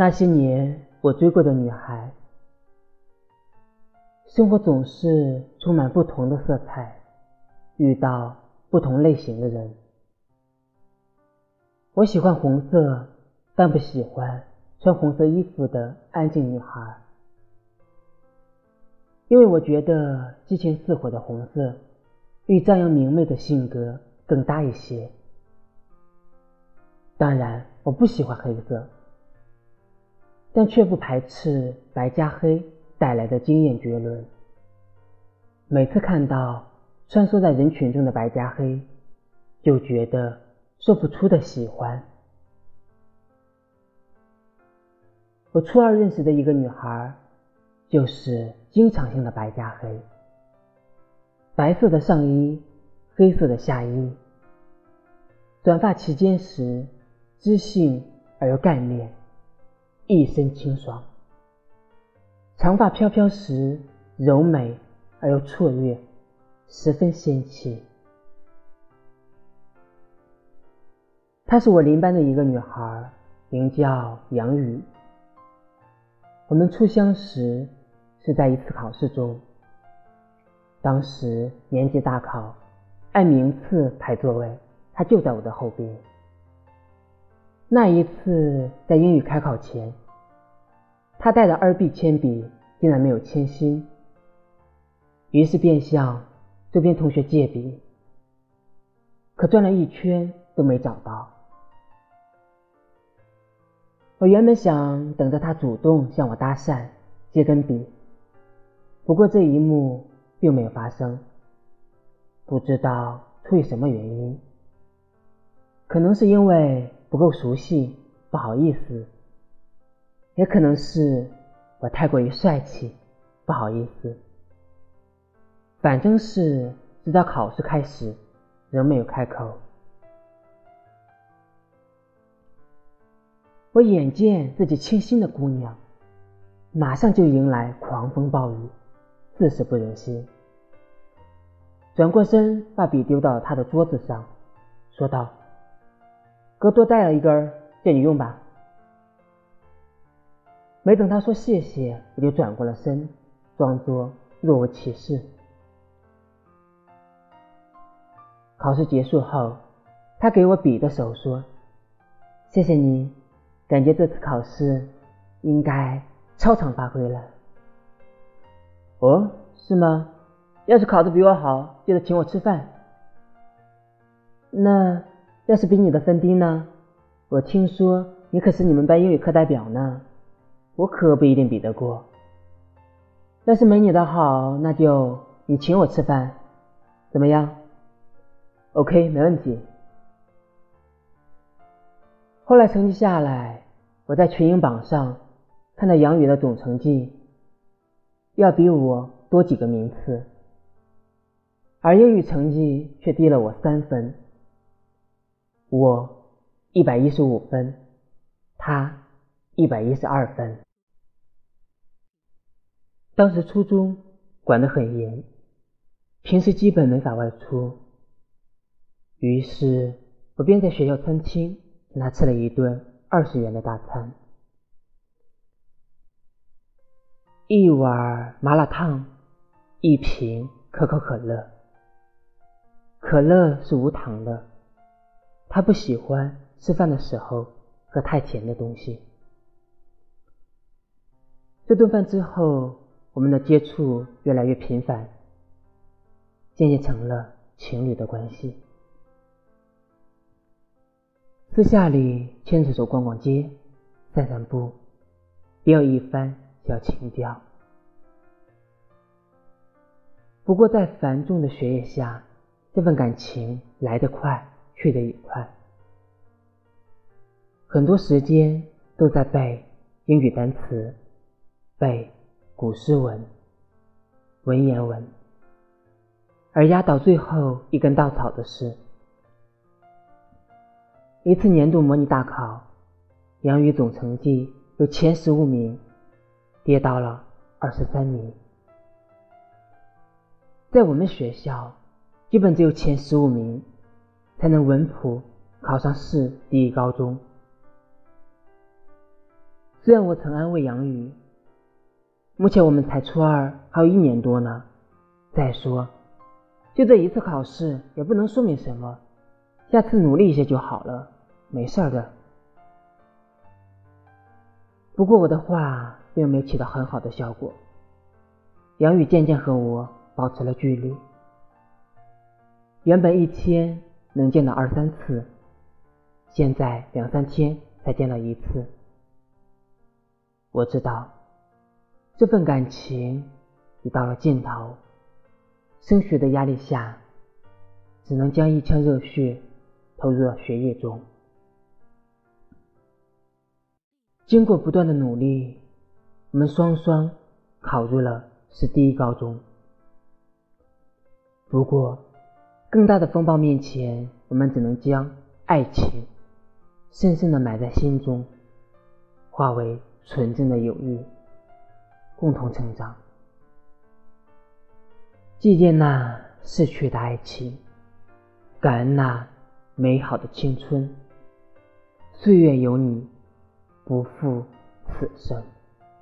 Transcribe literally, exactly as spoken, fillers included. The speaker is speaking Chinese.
那些年我追过的女孩，生活总是充满不同的色彩，遇到不同类型的人。我喜欢红色，但不喜欢穿红色衣服的安静女孩，因为我觉得激情似火的红色与张扬明媚的性格更搭一些。当然我不喜欢黑色，但却不排斥白加黑带来的惊艳绝伦。每次看到穿梭在人群中的白加黑，就觉得说不出的喜欢。我初二认识的一个女孩，就是经常性的白加黑，白色的上衣，黑色的下衣，短发齐肩时知性而又干练，一身清爽，长发飘飘时柔美而又绰约，十分仙气。她是我邻班的一个女孩，名叫杨雨。我们初相识是在一次考试中，当时年级大考，按名次排座位，她就在我的后边。那一次在英语开考前，她带的二 B 铅笔竟然没有铅芯，于是便向周边同学借笔，可转了一圈都没找到。我原本想等着她主动向我搭讪借根笔，不过这一幕并没有发生。不知道出于什么原因，可能是因为不够熟悉不好意思，也可能是我太过于帅气不好意思，反正是直到考试开始仍没有开口。我眼见自己倾心的姑娘马上就迎来狂风暴雨，自是不忍心，转过身把笔丢到她的桌子上，说道：哥多带了一根，借你用吧。没等她说谢谢，我就转过了身，装作若无其事。考试结束后，她给我笔的手说：谢谢你，感觉这次考试应该超常发挥了。哦，是吗？要是考得比我好，记得请我吃饭。那要是比你的分低呢？我听说你可是你们班英语课代表呢，我可不一定比得过。要是没你的好，那就你请我吃饭，怎么样？ OK， 没问题。后来成绩下来，我在群英榜上看到杨雨的总成绩要比我多几个名次，而英语成绩却低了我三分。我一百一十五分，他一百一十二分。当时初中管得很严，平时基本没法外出，于是我便在学校餐厅跟他吃了一顿二十元的大餐，一碗麻辣烫，一瓶可口可乐。可乐是无糖的，他不喜欢吃饭的时候喝太甜的东西。这顿饭之后，我们的接触越来越频繁，渐渐成了情侣的关系。私下里牵着手逛逛街，散散步，别有一番小情调。不过在繁重的学业下，这份感情来得快，去得也快。很多时间都在背英语单词，背古诗文、文言文，而压倒最后一根稻草的是一次年度模拟大考，杨雨总成绩由前十五名跌到了二十三名。在我们学校，基本只有前十五名才能稳妥考上市第一高中。 虽然我曾安慰杨宇，目前我们才初二，还有一年多呢。再说，就这一次考试也不能说明什么，下次努力一些就好了，没事的。不过我的话并没有起到很好的效果，杨宇渐渐和我保持了距离。原本一天能见到二三次，现在两三天才见到一次。我知道这份感情已到了尽头，升学的压力下，只能将一腔热血投入到学业中。经过不断的努力，我们双双考入了市第一高中。不过更大的风暴面前，我们只能将爱情深深地埋在心中，化为纯正的友谊，共同成长。祭奠那逝去的爱情，感恩那美好的青春，岁月有你，不负此生。